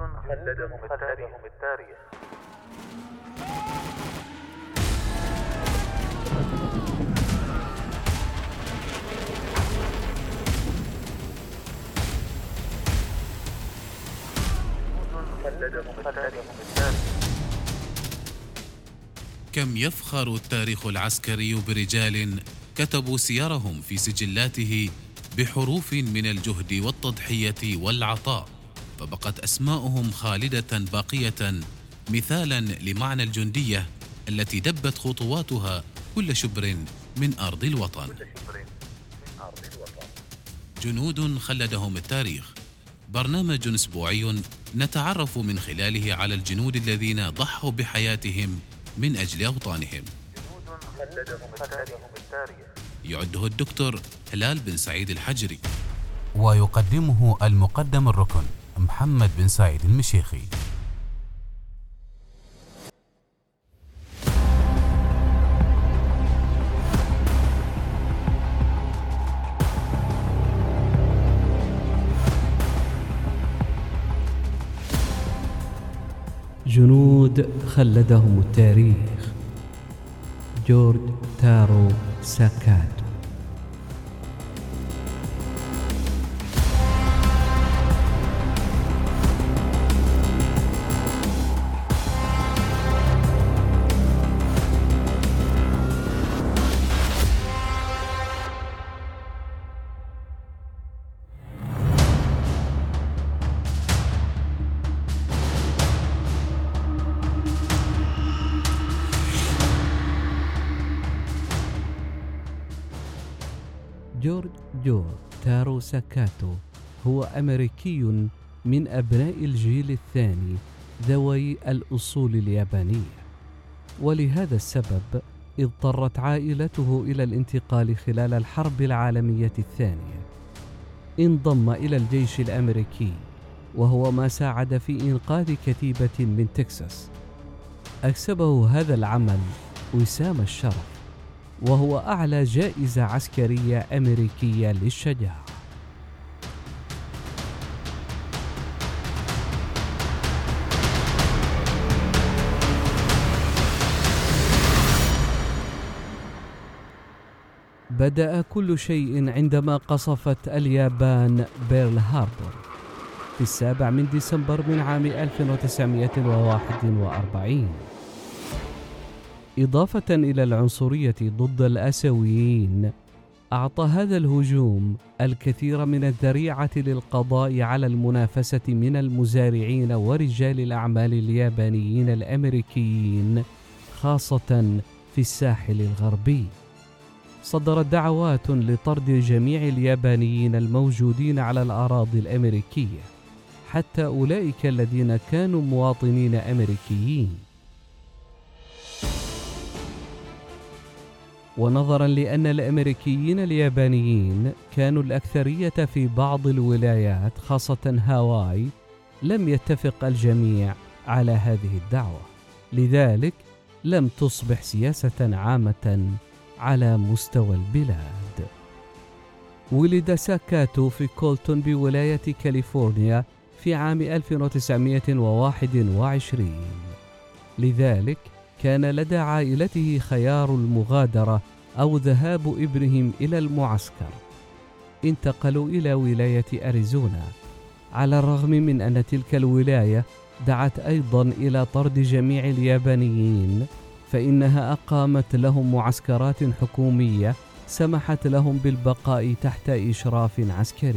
خلدهم التاريخ. كم يفخر التاريخ العسكري برجال كتبوا سيرهم في سجلاته بحروف من الجهد والتضحية والعطاء، فبقت أسماؤهم خالدة باقية مثالا لمعنى الجندية التي دبت خطواتها كل شبر من أرض الوطن. جنود خلدهم التاريخ، برنامج أسبوعي نتعرف من خلاله على الجنود الذين ضحوا بحياتهم من أجل أوطانهم. يعده الدكتور هلال بن سعيد الحجري، ويقدمه المقدم الركن محمد بن سعيد المشيخي. جنود خلدهم التاريخ. جورج تارو ساكاتو. جورج تارو ساكاتو هو أمريكي من أبناء الجيل الثاني ذوي الأصول اليابانية، ولهذا السبب اضطرت عائلته إلى الانتقال خلال الحرب العالمية الثانية. انضم إلى الجيش الأمريكي، وهو ما ساعد في إنقاذ كتيبة من تكساس. أكسبه هذا العمل وسام الشرف، وهو أعلى جائزة عسكرية أمريكية للشجاعة. بدأ كل شيء عندما قصفت اليابان بيرل هاربور في 7 ديسمبر من عام 1941. إضافة إلى العنصرية ضد الآسيويين، أعطى هذا الهجوم الكثير من الذريعة للقضاء على المنافسة من المزارعين ورجال الأعمال اليابانيين الأمريكيين، خاصة في الساحل الغربي. صدرت دعوات لطرد جميع اليابانيين الموجودين على الأراضي الأمريكية، حتى أولئك الذين كانوا مواطنين أمريكيين. ونظرا لأن الأمريكيين اليابانيين كانوا الأكثرية في بعض الولايات خاصة هاواي، لم يتفق الجميع على هذه الدعوة، لذلك لم تصبح سياسة عامة على مستوى البلاد. ولد ساكاتو في كولتون بولاية كاليفورنيا في عام 1921، لذلك كان لدى عائلته خيار المغادرة أو ذهاب ابنهم إلى المعسكر. انتقلوا إلى ولاية أريزونا، على الرغم من أن تلك الولاية دعت أيضا إلى طرد جميع اليابانيين، فإنها أقامت لهم معسكرات حكومية سمحت لهم بالبقاء تحت إشراف عسكري.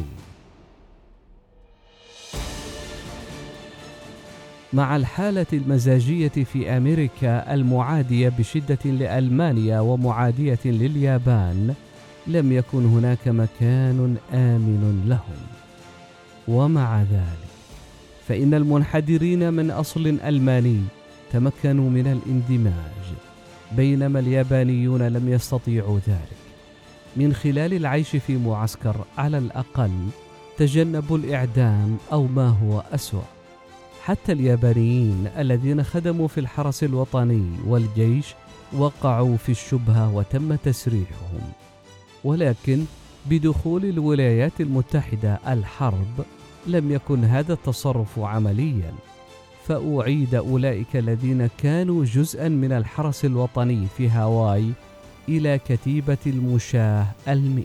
مع الحالة المزاجية في أمريكا المعادية بشدة لألمانيا ومعادية لليابان، لم يكن هناك مكان آمن لهم. ومع ذلك فإن المنحدرين من أصل ألماني تمكنوا من الاندماج، بينما اليابانيون لم يستطيعوا ذلك. من خلال العيش في معسكر على الأقل تجنبوا الإعدام أو ما هو أسوأ. حتى اليابانيين الذين خدموا في الحرس الوطني والجيش وقعوا في الشبهة وتم تسريحهم. ولكن بدخول الولايات المتحدة الحرب، لم يكن هذا التصرف عمليا، فأعيد أولئك الذين كانوا جزءا من الحرس الوطني في هاواي إلى كتيبة المشاة 100.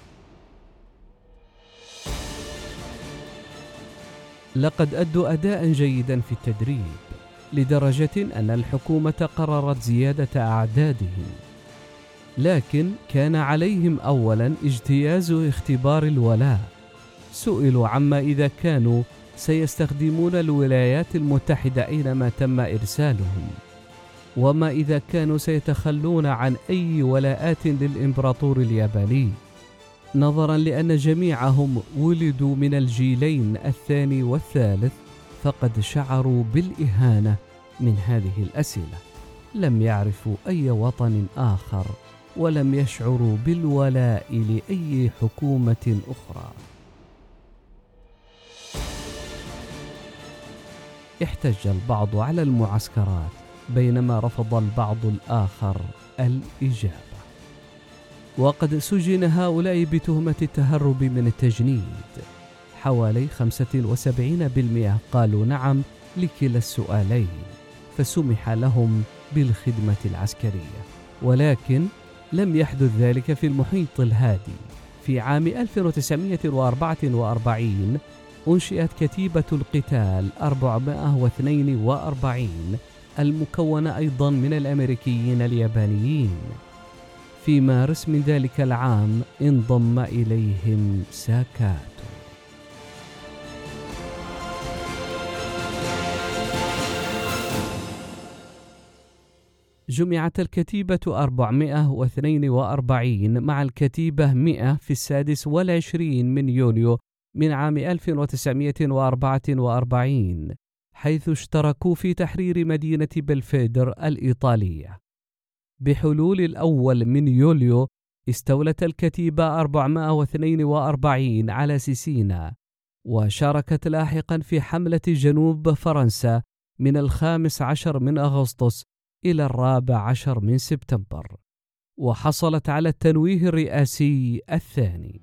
لقد أدوا أداء جيدا في التدريب، لدرجة أن الحكومة قررت زيادة أعدادهم، لكن كان عليهم أولا اجتياز اختبار الولاء. سئلوا عما إذا كانوا سيستخدمون الولايات المتحدة أينما تم إرسالهم، وما إذا كانوا سيتخلون عن أي ولاءات للإمبراطور الياباني، نظرا لأن جميعهم ولدوا من الجيلين الثاني والثالث. فقد شعروا بالإهانة من هذه الأسئلة، لم يعرفوا أي وطن آخر، ولم يشعروا بالولاء لأي حكومة أخرى. احتج البعض على المعسكرات، بينما رفض البعض الآخر الإجابة. وقد سجن هؤلاء بتهمة التهرب من التجنيد. حوالي 75% قالوا نعم لكلا السؤالين، فسمح لهم بالخدمة العسكرية. ولكن لم يحدث ذلك في المحيط الهادي. في عام 1944 أنشئت كتيبة القتال 442 المكونة أيضا من الأمريكيين اليابانيين. في مارس من ذلك العام انضم إليهم ساكاتو. جمعت الكتيبة 442 مع الكتيبة 100 في 26 من يونيو من عام 1944، حيث اشتركوا في تحرير مدينة بلفيدر الإيطالية. بحلول الأول من يوليو استولت الكتيبة 442 على سيسينا، وشاركت لاحقا في حملة جنوب فرنسا من 15 من أغسطس إلى 14 من سبتمبر، وحصلت على التنويه الرئاسي الثاني.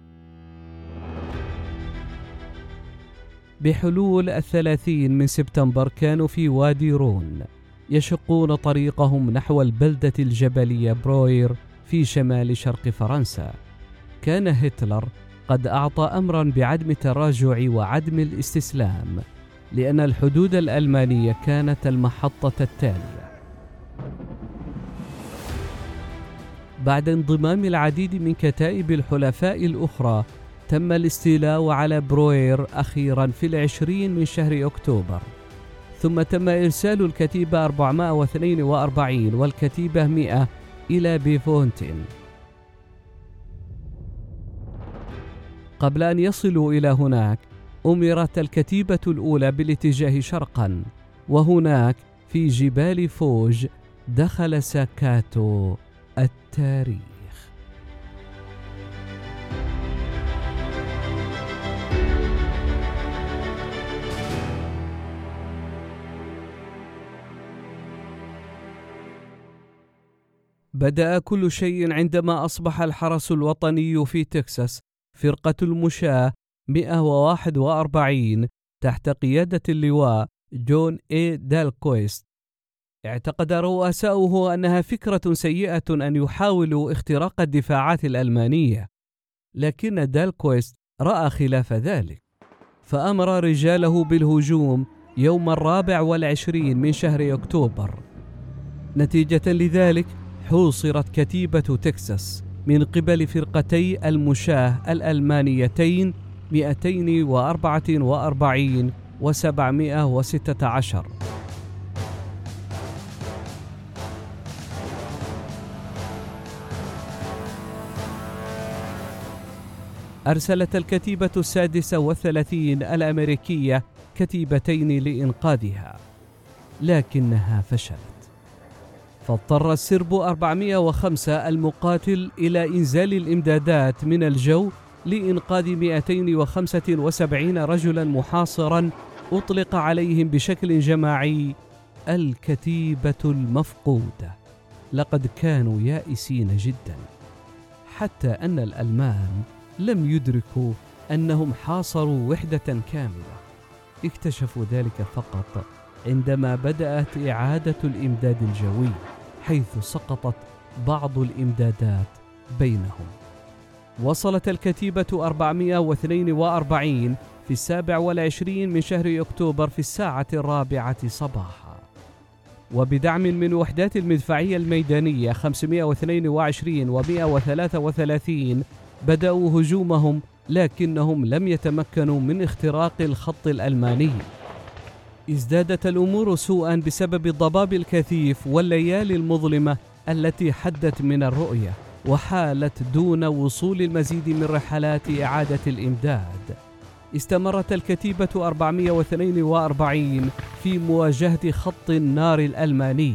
بحلول 30 من سبتمبر كانوا في وادي رون يشقون طريقهم نحو البلدة الجبلية بروير في شمال شرق فرنسا. كان هتلر قد أعطى أمرا بعدم التراجع وعدم الاستسلام، لأن الحدود الألمانية كانت المحطة التالية. بعد انضمام العديد من كتائب الحلفاء الأخرى، تم الاستيلاء على بروير أخيرا في 20 من شهر أكتوبر، ثم تم إرسال الكتيبة 442 والكتيبة 100 إلى بيفونتين. قبل أن يصلوا إلى هناك، أمرت الكتيبة الأولى بالاتجاه شرقا، وهناك في جبال فوج دخل ساكاتو التاريخ. بدأ كل شيء عندما أصبح الحرس الوطني في تكساس فرقة المشاة 141 تحت قيادة اللواء جون إيه دالكويست. اعتقد رؤساؤه أنها فكرة سيئة أن يحاولوا اختراق الدفاعات الألمانية، لكن دالكويست رأى خلاف ذلك، فأمر رجاله بالهجوم يوم 24 من شهر أكتوبر. نتيجة لذلك حوصرت كتيبة تكساس من قبل فرقتي المشاة الألمانيتين 244 و716. أرسلت الكتيبة 36 الأمريكية كتيبتين لإنقاذها، لكنها فشلت، فاضطر السرب 405 المقاتل إلى إنزال الإمدادات من الجو لإنقاذ 275 رجلا محاصرا أطلق عليهم بشكل جماعي الكتيبة المفقودة. لقد كانوا يائسين جدا، حتى أن الألمان لم يدركوا أنهم حاصروا وحدة كاملة. اكتشفوا ذلك فقط عندما بدأت إعادة الإمداد الجوي، حيث سقطت بعض الإمدادات بينهم. وصلت الكتيبة 442 في 27 من شهر أكتوبر في 4:00 صباحا، وبدعم من وحدات المدفعية الميدانية 522 و133 بدأوا هجومهم، لكنهم لم يتمكنوا من اختراق الخط الألماني. ازدادت الأمور سوءا بسبب الضباب الكثيف والليالي المظلمة التي حدت من الرؤية، وحالت دون وصول المزيد من رحلات إعادة الإمداد. استمرت الكتيبة 442 في مواجهة خط النار الألماني،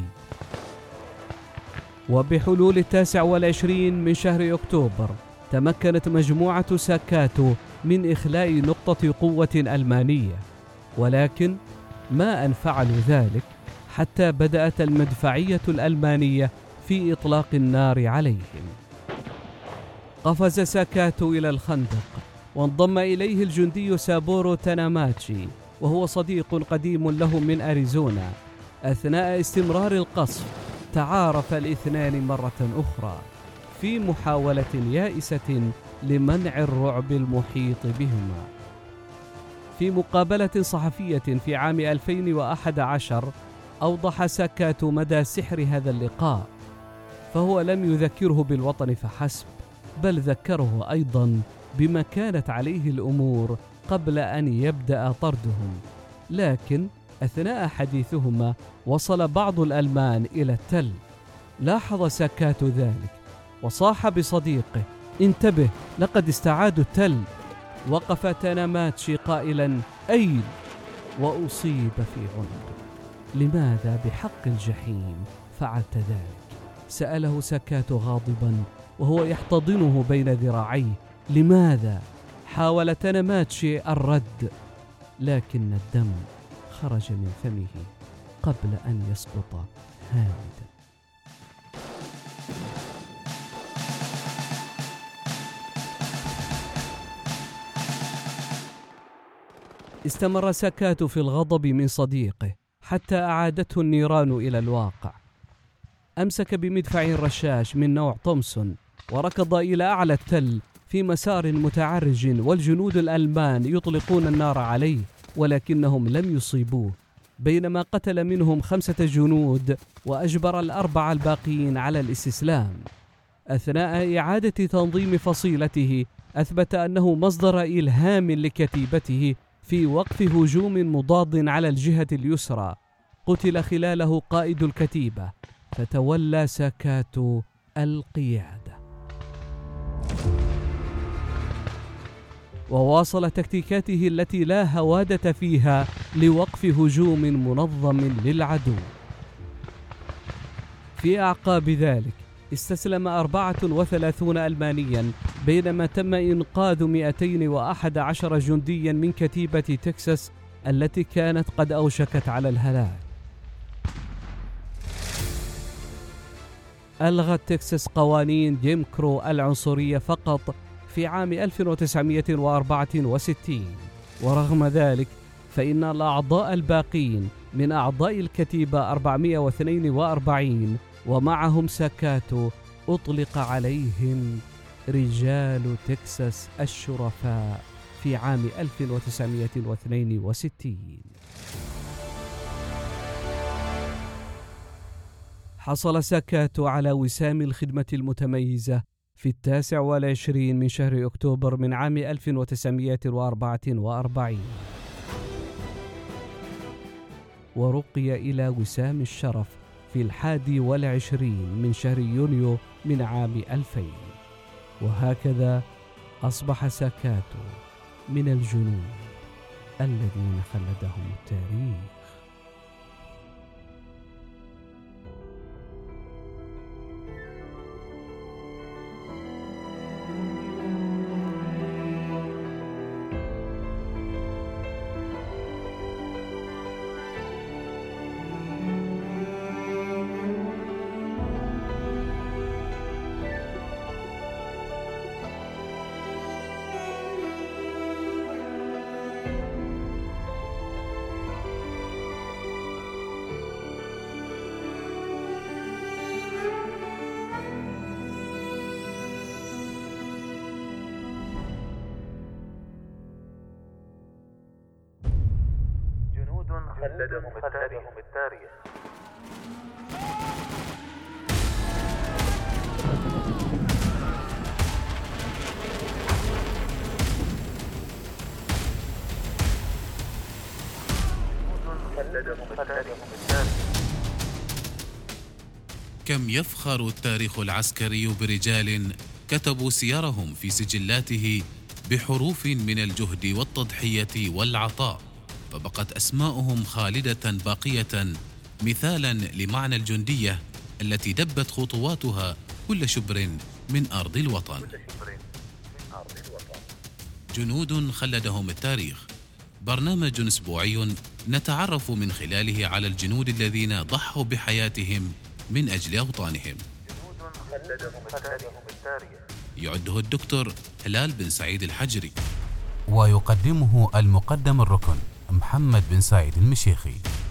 وبحلول 29 من شهر أكتوبر تمكنت مجموعة ساكاتو من إخلاء نقطة قوة ألمانية، ولكن ما أن فعلوا ذلك حتى بدأت المدفعية الألمانية في إطلاق النار عليهم. قفز ساكاتو إلى الخندق، وانضم إليه الجندي سابورو تاناماتشي، وهو صديق قديم له من أريزونا. أثناء استمرار القصف تعارف الاثنان مرة أخرى في محاولة يائسة لمنع الرعب المحيط بهما. في مقابلة صحفية في عام 2011 أوضح ساكاتو مدى سحر هذا اللقاء، فهو لم يذكره بالوطن فحسب، بل ذكره أيضا بما كانت عليه الأمور قبل أن يبدأ طردهم. لكن أثناء حديثهما وصل بعض الألمان إلى التل. لاحظ ساكاتو ذلك وصاح بصديقه: انتبه، لقد استعادوا التل. وقف تاناماتشي قائلا: أين؟ وأصيب في عنقه. لماذا بحق الجحيم فعلت ذلك؟ سأله ساكاتو غاضبا وهو يحتضنه بين ذراعيه. لماذا؟ حاول تاناماتشي الرد، لكن الدم خرج من فمه قبل أن يسقط هامدا. استمر ساكاتو في الغضب من صديقه حتى أعادته النيران إلى الواقع. أمسك بمدفع رشاش من نوع تومسون وركض إلى أعلى التل في مسار متعرج، والجنود الألمان يطلقون النار عليه ولكنهم لم يصيبوه، بينما قتل منهم 5 جنود وأجبر ال4 الباقيين على الاستسلام. أثناء إعادة تنظيم فصيلته أثبت أنه مصدر إلهام لكتيبته في وقف هجوم مضاد على الجهة اليسرى. قتل خلاله قائد الكتيبة، فتولى ساكاتو القيادة وواصل تكتيكاته التي لا هوادة فيها لوقف هجوم منظم للعدو. في أعقاب ذلك استسلم 34 ألمانيا، بينما تم إنقاذ 211 جنديا من كتيبة تكساس التي كانت قد أوشكت على الهلاك. ألغت تكساس قوانين جيم كرو العنصرية فقط في عام 1964، ورغم ذلك فإن الأعضاء الباقين من أعضاء الكتيبة 442 ومعهم ساكاتو أطلق عليهم رجال تكساس الشرفاء في عام 1962. حصل ساكاتو على وسام الخدمة المتميزة في 29 من شهر أكتوبر من عام 1944، ورقي إلى وسام الشرف في 21 من شهر يونيو من عام 2000. وهكذا أصبح ساكاتو من الجنود الذين خلدهم التاريخ. خلدهم التاريخ. كم يفخر التاريخ العسكري برجال كتبوا سيرهم في سجلاته بحروف من الجهد والتضحية والعطاء، فبقت أسماؤهم خالدة باقية مثالا لمعنى الجندية التي دبت خطواتها كل شبر من أرض الوطن. جنود خلدهم التاريخ، برنامج أسبوعي نتعرف من خلاله على الجنود الذين ضحوا بحياتهم من أجل أوطانهم. يعده الدكتور هلال بن سعيد الحجري، ويقدمه المقدم الركن محمد بن سعيد المشيخي.